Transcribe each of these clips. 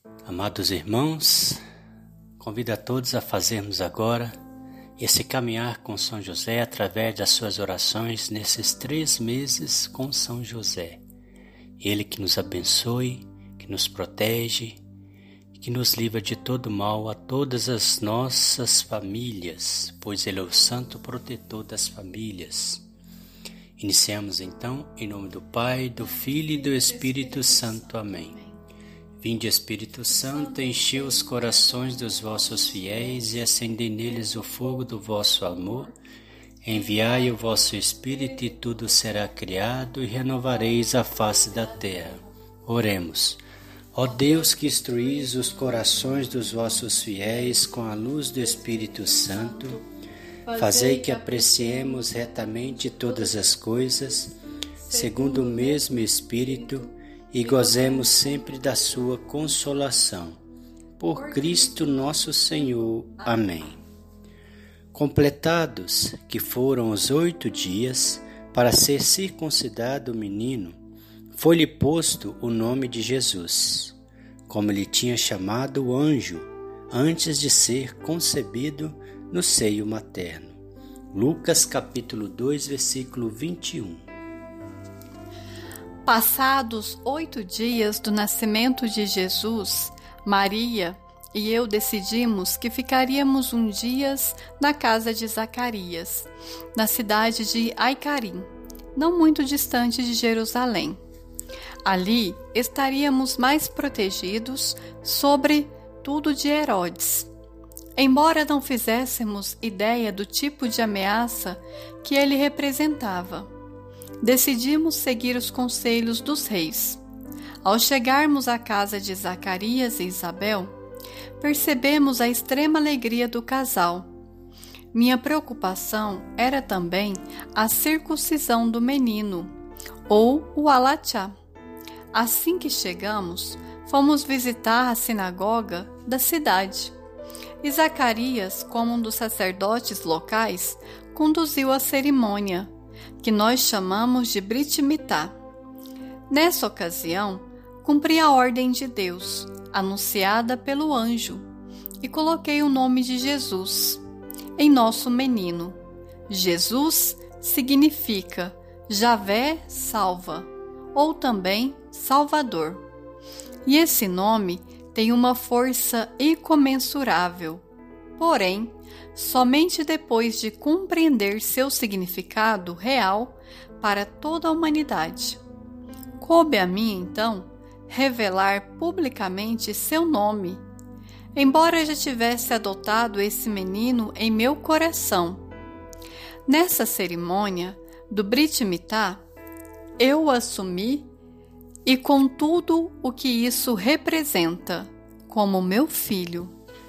Amados irmãos, convido a todos a fazermos agora esse caminhar com São José através das suas orações nesses 3 meses com São José. Ele que nos abençoe, que nos protege, que nos livra de todo mal a todas as nossas famílias, pois Ele é o santo protetor das famílias. Iniciamos então, em nome do Pai, do Filho e do Espírito Santo. Amém. Vinde, Espírito Santo, enchei os corações dos vossos fiéis e acendei neles o fogo do vosso amor. Enviai o vosso Espírito e tudo será criado e renovareis a face da terra. Oremos. Ó Deus, que instruís os corações dos vossos fiéis com a luz do Espírito Santo, fazei que apreciemos retamente todas as coisas, segundo o mesmo Espírito, e gozemos sempre da sua consolação. Por Cristo nosso Senhor. Amém. Completados que foram os 8 dias para ser circuncidado o menino, foi-lhe posto o nome de Jesus, como lhe tinha chamado o anjo, antes de ser concebido no seio materno. Lucas capítulo 2, versículo 21. Passados 8 dias do nascimento de Jesus, Maria e eu decidimos que ficaríamos uns dias na casa de Zacarias, na cidade de Aicarim, não muito distante de Jerusalém. Ali estaríamos mais protegidos sobre tudo de Herodes. Embora não fizéssemos ideia do tipo de ameaça que ele representava, decidimos seguir os conselhos dos reis. Ao chegarmos à casa de Zacarias e Isabel, percebemos a extrema alegria do casal. Minha preocupação era também a circuncisão do menino, ou o alachá. Assim que chegamos, fomos visitar a sinagoga da cidade. E Zacarias, como um dos sacerdotes locais, conduziu a cerimônia, que nós chamamos de Brit Mitá. Nessa ocasião, cumpri a ordem de Deus, anunciada pelo anjo, e coloquei o nome de Jesus em nosso menino. Jesus significa Javé salva, ou também Salvador. E esse nome tem uma força incomensurável. Porém, somente depois de compreender seu significado real para toda a humanidade. Coube a mim, então, revelar publicamente seu nome, embora já tivesse adotado esse menino em meu coração. Nessa cerimônia do Brit Mitá, eu o assumi e com tudo o que isso representa, como meu filho.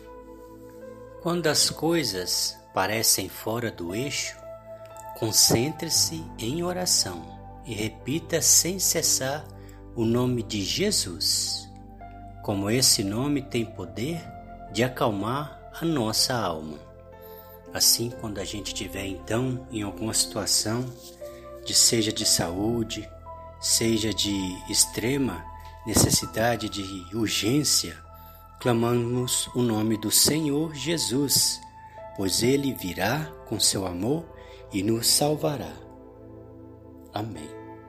Quando as coisas parecem fora do eixo, concentre-se em oração e repita sem cessar o nome de Jesus, como esse nome tem poder de acalmar a nossa alma. Assim, quando a gente estiver então em alguma situação, seja de saúde, seja de extrema necessidade de urgência, clamamos o nome do Senhor Jesus, pois Ele virá com seu amor e nos salvará. Amém.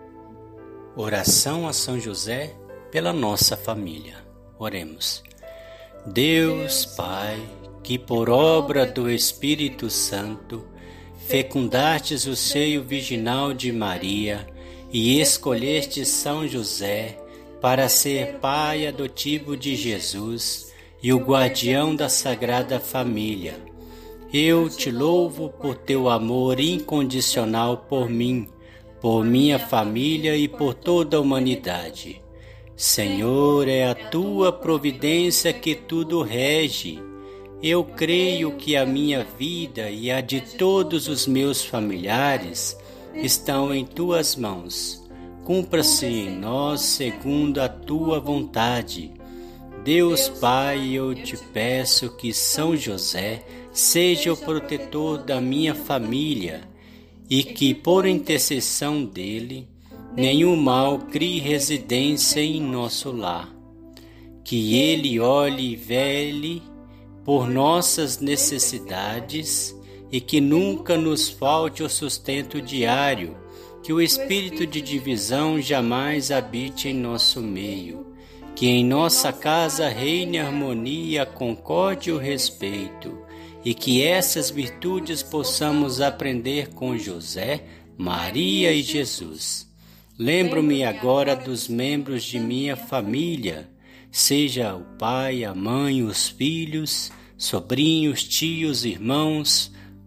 Oração a São José pela nossa família. Oremos. Deus Pai, que por obra do Espírito Santo fecundastes o seio virginal de Maria e escolhestes São José para ser pai adotivo de Jesus e o guardião da Sagrada Família. Eu te louvo por teu amor incondicional por mim, por minha família e por toda a humanidade. Senhor, é a tua providência que tudo rege. Eu creio que a minha vida e a de todos os meus familiares estão em tuas mãos. Cumpra-se em nós segundo a tua vontade. Deus Pai, eu te peço que São José seja o protetor da minha família e que, por intercessão dele, nenhum mal crie residência em nosso lar. que Ele olhe e vele por nossas necessidades e que nunca nos falte o sustento diário, que o espírito de divisão jamais habite em nosso meio, que em nossa casa reine a harmonia, a concórdia e o respeito, e que essas virtudes possamos aprender com José, Maria e Jesus. Lembro-me agora dos membros de minha família, seja o pai, a mãe, os filhos, sobrinhos, tios, irmãos,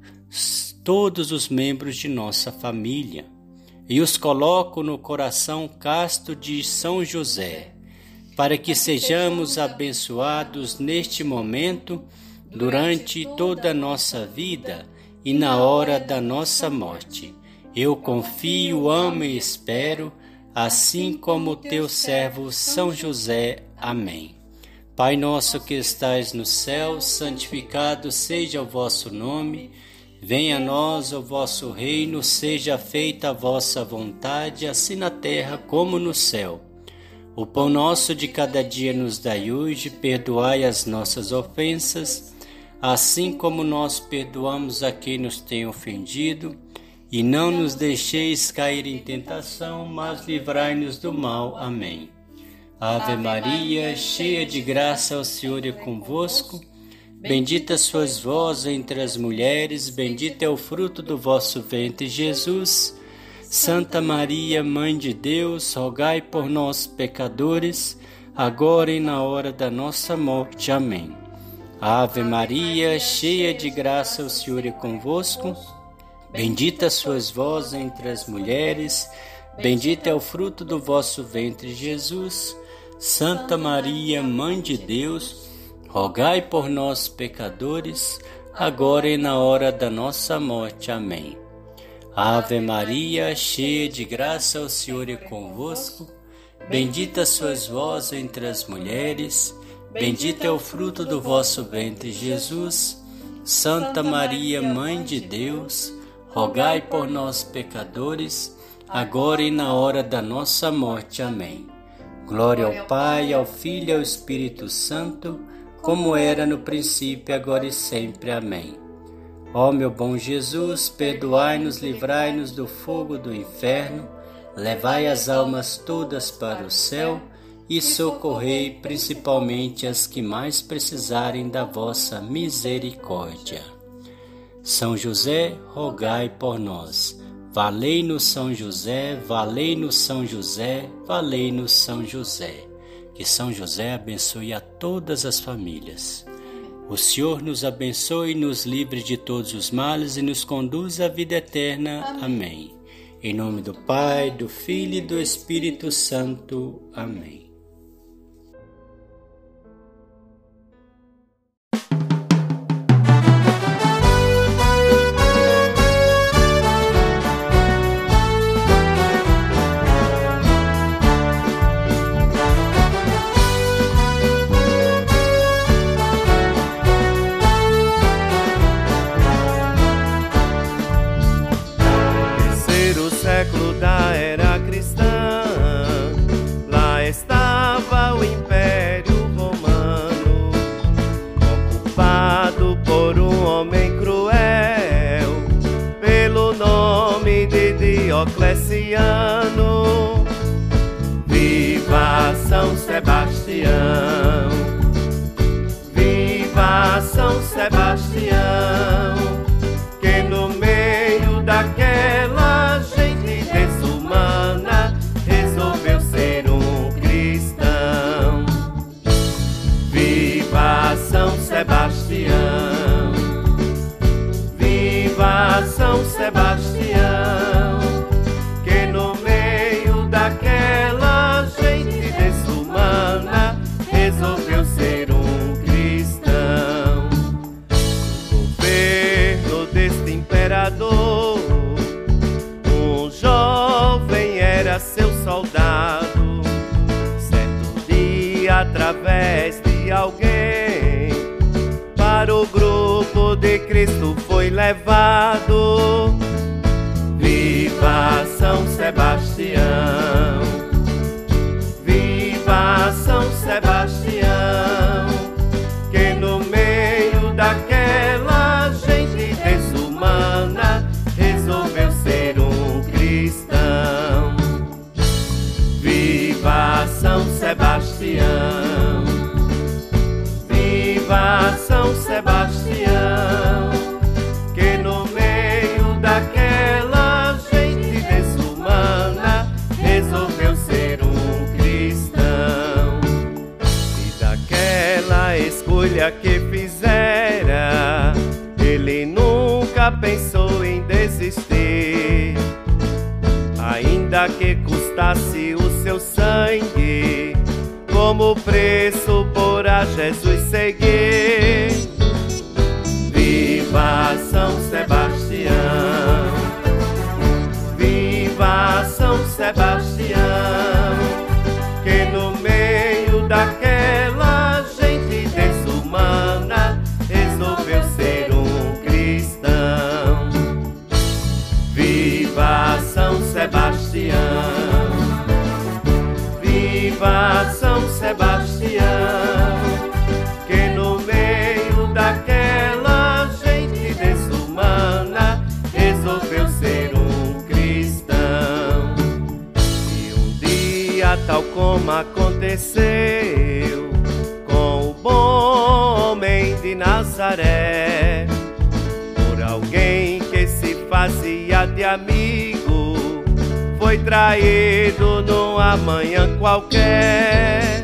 todos os membros de nossa família, e os coloco no coração casto de São José, para que sejamos abençoados neste momento, durante toda a nossa vida e na hora da nossa morte. Eu confio, amo e espero, assim como teu servo São José. Amém. Pai nosso que estais no céu, santificado seja o vosso nome. Venha a nós o vosso reino, seja feita a vossa vontade, assim na terra como no céu. O pão nosso de cada dia nos dai hoje, perdoai as nossas ofensas, assim como nós perdoamos a quem nos tem ofendido, e não nos deixeis cair em tentação, mas livrai-nos do mal. Amém. Ave Maria, cheia de graça, o Senhor é convosco. Bendita sois vós entre as mulheres, bendito é o fruto do vosso ventre, Jesus. Santa Maria, Mãe de Deus, rogai por nós, pecadores, agora e na hora da nossa morte. Amém. Ave Maria, cheia de graça, o Senhor é convosco. Bendita sois vós entre as mulheres, bendito é o fruto do vosso ventre, Jesus. Santa Maria, Mãe de Deus, rogai por nós, pecadores, agora e na hora da nossa morte. Amém. Ave Maria, cheia de graça, o Senhor é convosco. Bendita sois vós entre as mulheres, bendito é o fruto do vosso ventre, Jesus. Santa Maria, Mãe de Deus, rogai por nós, pecadores, agora e na hora da nossa morte. Amém. Glória ao Pai, ao Filho e ao Espírito Santo, como era no princípio, agora e sempre. Amém. Ó meu bom Jesus, perdoai-nos, livrai-nos do fogo do inferno, levai as almas todas para o céu e socorrei principalmente as que mais precisarem da vossa misericórdia. São José, rogai por nós. Valei-nos São José, valei-nos São José, valei-nos São José. Que São José abençoe a todas as famílias. O Senhor nos abençoe, nos livre de todos os males e nos conduz à vida eterna. Amém. Em nome do Pai, do Filho e do Espírito Santo. Amém. Da era cristã, lá estava o Império Romano, ocupado por um homem cruel, pelo nome de Diocleciano. Viva São Sebastião, viva São Sebastião, que no meio daquela gente desumana resolveu ser um cristão. Viva São Sebastião, viva São Sebastião, que no meio daquela gente desumana resolveu ser um cristão. No governo deste imperador, um jovem era seu soldado. Certo dia, através de alguém, para o grupo de Cristo foi levado. Viva São Sebastião, viva São Sebastião, São Sebastião, que no meio daquela gente desumana resolveu ser um cristão. E daquela escolha que fizera, ele nunca pensou em desistir, ainda que custasse o seu sangue, como preço por a Jesus seguir. Viva São Sebastião, viva São Sebastião, que no meio daquela gente desumana resolveu ser um cristão. Viva São Sebastião, viva São Sebastião, que no meio daquela gente desumana resolveu ser um cristão. E um dia, tal como aconteceu com o bom homem de Nazaré, por alguém que se fazia de amigo, foi traído numa manhã qualquer.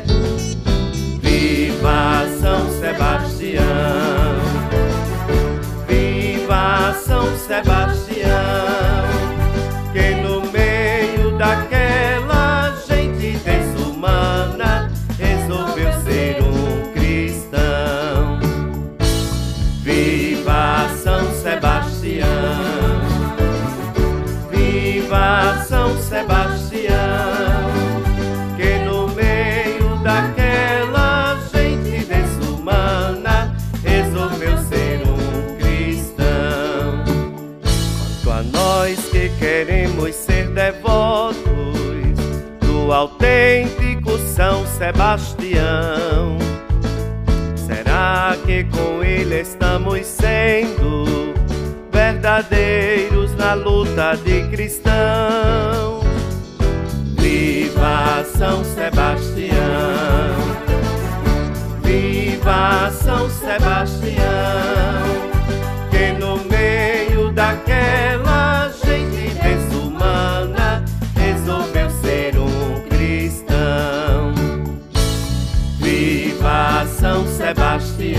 Viva São Sebastião, viva São Sebastião, que no meio daquela gente desumana resolveu ser um cristão. Viva São Sebastião, viva São Sebastião, que no meio daquela gente desumana resolveu ser um cristão. Quanto a nós que queremos ser devotos do autêntico São Sebastião, será que com ele estamos sendo verdadeiros na luta de cristão? Viva São Sebastião, viva São Sebastião, que no meio daquela gente desumana resolveu ser um cristão. Viva São Sebastião,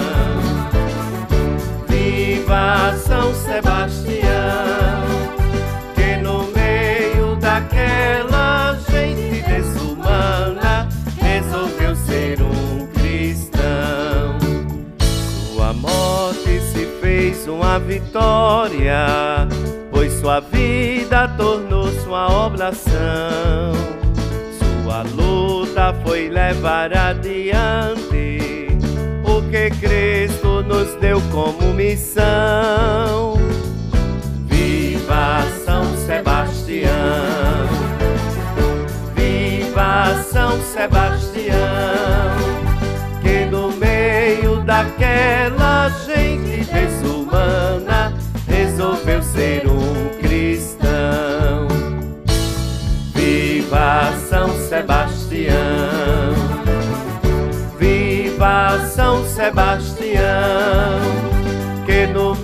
viva São Sebastião, que no meio daquela gente desumana resolveu ser um cristão. Sua morte se fez uma vitória, pois sua vida tornou-se uma oblação. Sua luta foi levar adiante o que Cristo nos deu como missão. Viva São Sebastião, viva São Sebastião, que no meio daquela gente desumana resolveu ser um cristão. Viva São Sebastião, viva São Sebastião, que no